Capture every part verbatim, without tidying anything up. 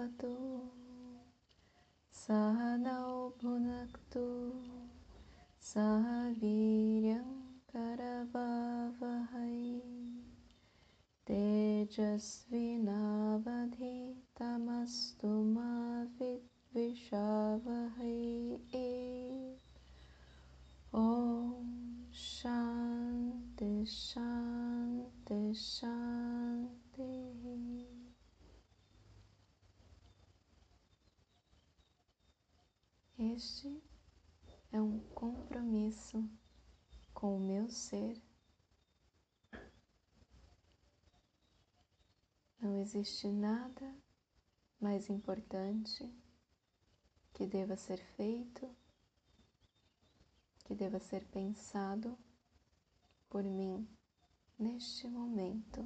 bhavatu sahanau bhunaktu sahaviryam karavavahai tejasvinavadhitamastu ma vidvishavahai. Om Shanti Shanti Shanti. Este é um compromisso com o meu ser. Não existe nada mais importante que deva ser feito, que deva ser pensado por mim neste momento.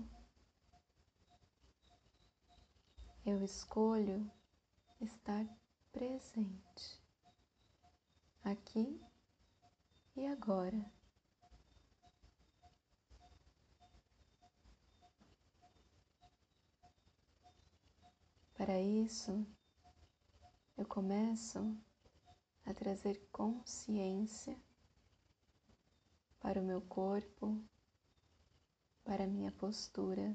Eu escolho estar presente, aqui e agora. Para isso, eu começo a trazer consciência para o meu corpo, para a minha postura.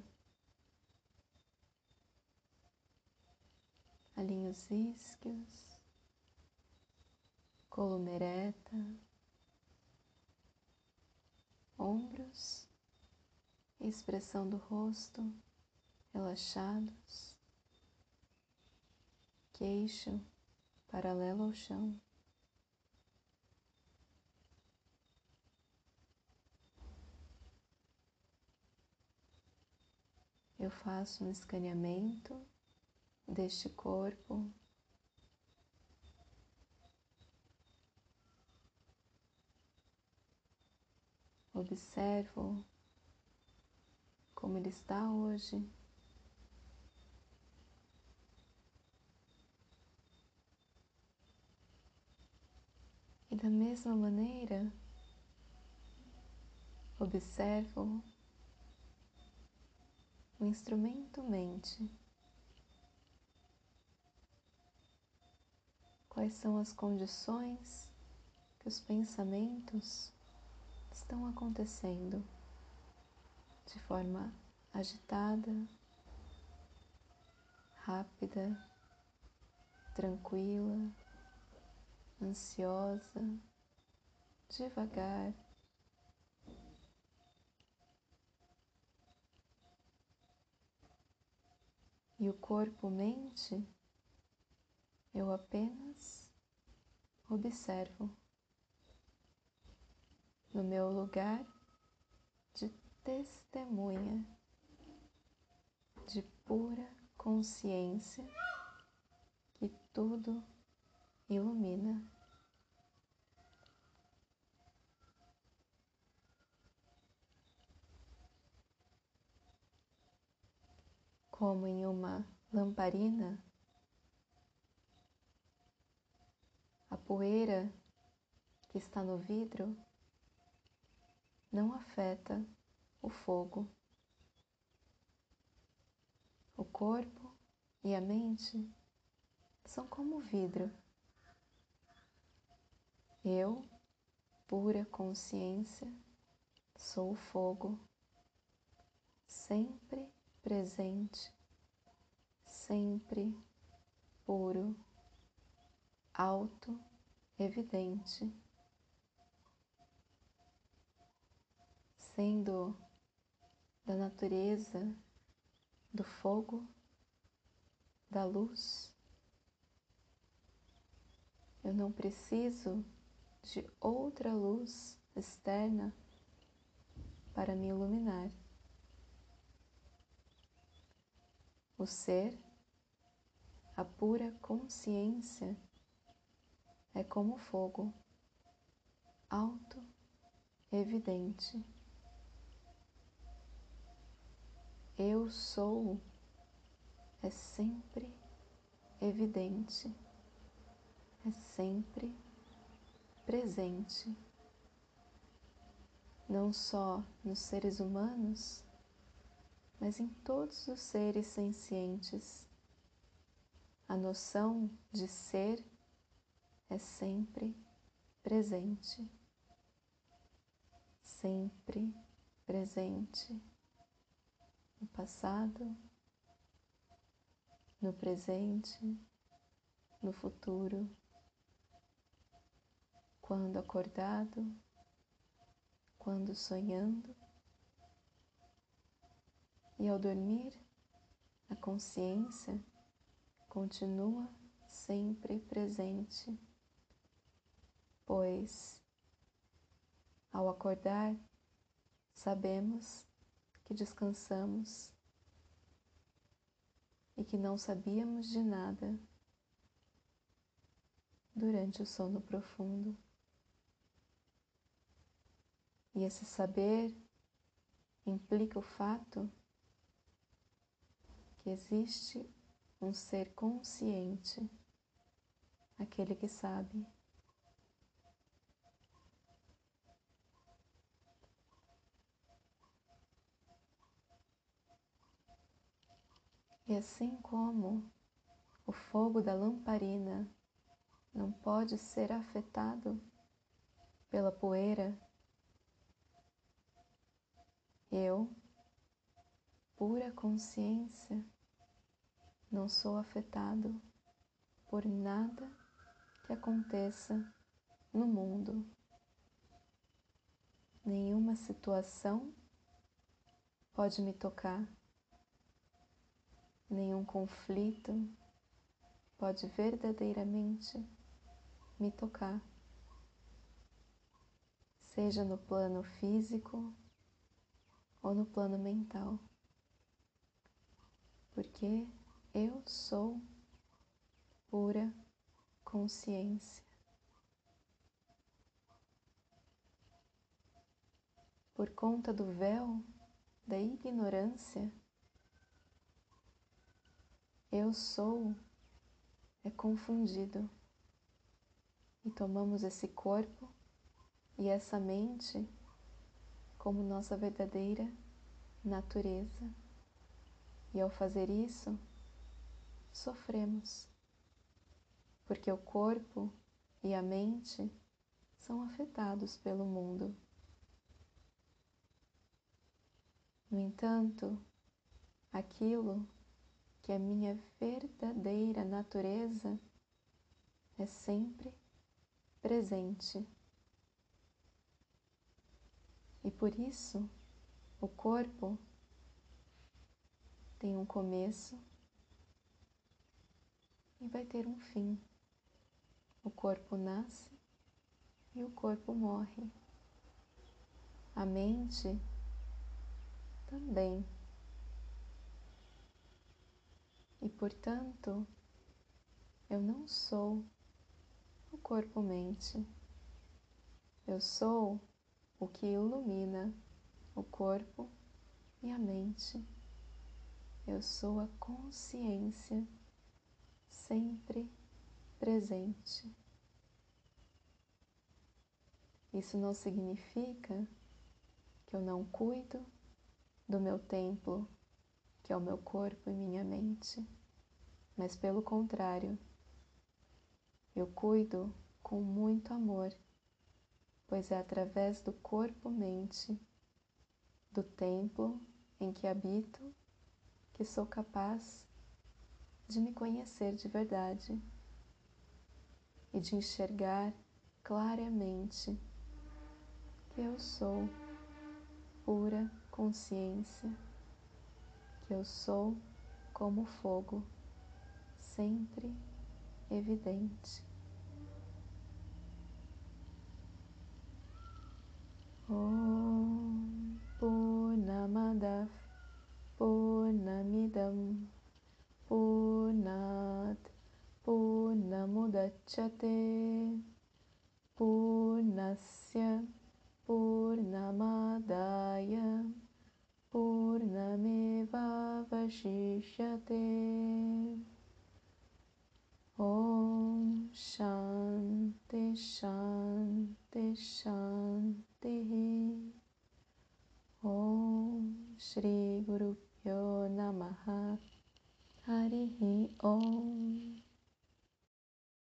Alinho os isquios, coluna ereta, ombros e expressão do rosto relaxados, queixo paralelo ao chão. Eu faço um escaneamento deste corpo, observo como ele está hoje. E da mesma maneira, observo o instrumento mente. Quais são as condições que os pensamentos estão acontecendo de forma agitada, rápida, tranquila, ansiosa, devagar. E o corpo-mente, eu apenas observo no meu lugar de testemunha, de pura consciência que tudo ilumina. Como em uma lamparina, a poeira que está no vidro não afeta o fogo. O corpo e a mente são como vidro. Eu, pura consciência, sou o fogo, sempre presente, sempre puro, auto-evidente, sendo da natureza do fogo, da luz. Eu não preciso de outra luz externa para me iluminar. O ser, a pura consciência, é como fogo, auto-evidente. Eu sou é sempre evidente, é sempre presente, não só nos seres humanos, mas em todos os seres sencientes. a noção de ser é sempre presente, sempre presente no passado, no presente, no futuro, quando acordado, quando sonhando, e ao dormir, a consciência continua sempre presente, pois ao acordar sabemos que descansamos e que não sabíamos de nada durante o sono profundo. E esse saber implica o fato que existe um ser consciente, aquele que sabe. E assim como o fogo da lamparina não pode ser afetado pela poeira, eu, pura consciência, não sou afetado por nada que aconteça no mundo. Nenhuma situação pode me tocar, nenhum conflito pode verdadeiramente me tocar, seja no plano físico ou no plano mental, porque eu sou pura consciência. Por conta do véu da ignorância, eu sou é confundido e tomamos esse corpo e essa mente como nossa verdadeira natureza. E ao fazer isso, sofremos, porque o corpo e a mente são afetados pelo mundo. No entanto, aquilo que é minha verdadeira natureza é sempre presente. E por isso, o corpo tem um começo e vai ter um fim. O corpo nasce e o corpo morre. A mente também. E, portanto, eu não sou o corpo-mente. Eu sou o que ilumina o corpo e a mente. Eu sou a consciência sempre presente. Isso não significa que eu não cuido do meu templo, que é o meu corpo e minha mente, mas pelo contrário, eu cuido com muito amor, pois é através do corpo-mente, do templo em que habito, que sou capaz de me conhecer de verdade e de enxergar claramente que eu sou pura consciência, que eu sou como fogo, sempre evidente. Om Purnamadav Purnamidam Purnat Purnamudachyate Purnasya Purnamadaya Purnameva Vashishyate. Om Shanti Shanti Shanti. Om Shri Guru Pyo Namaha. Harihi Om.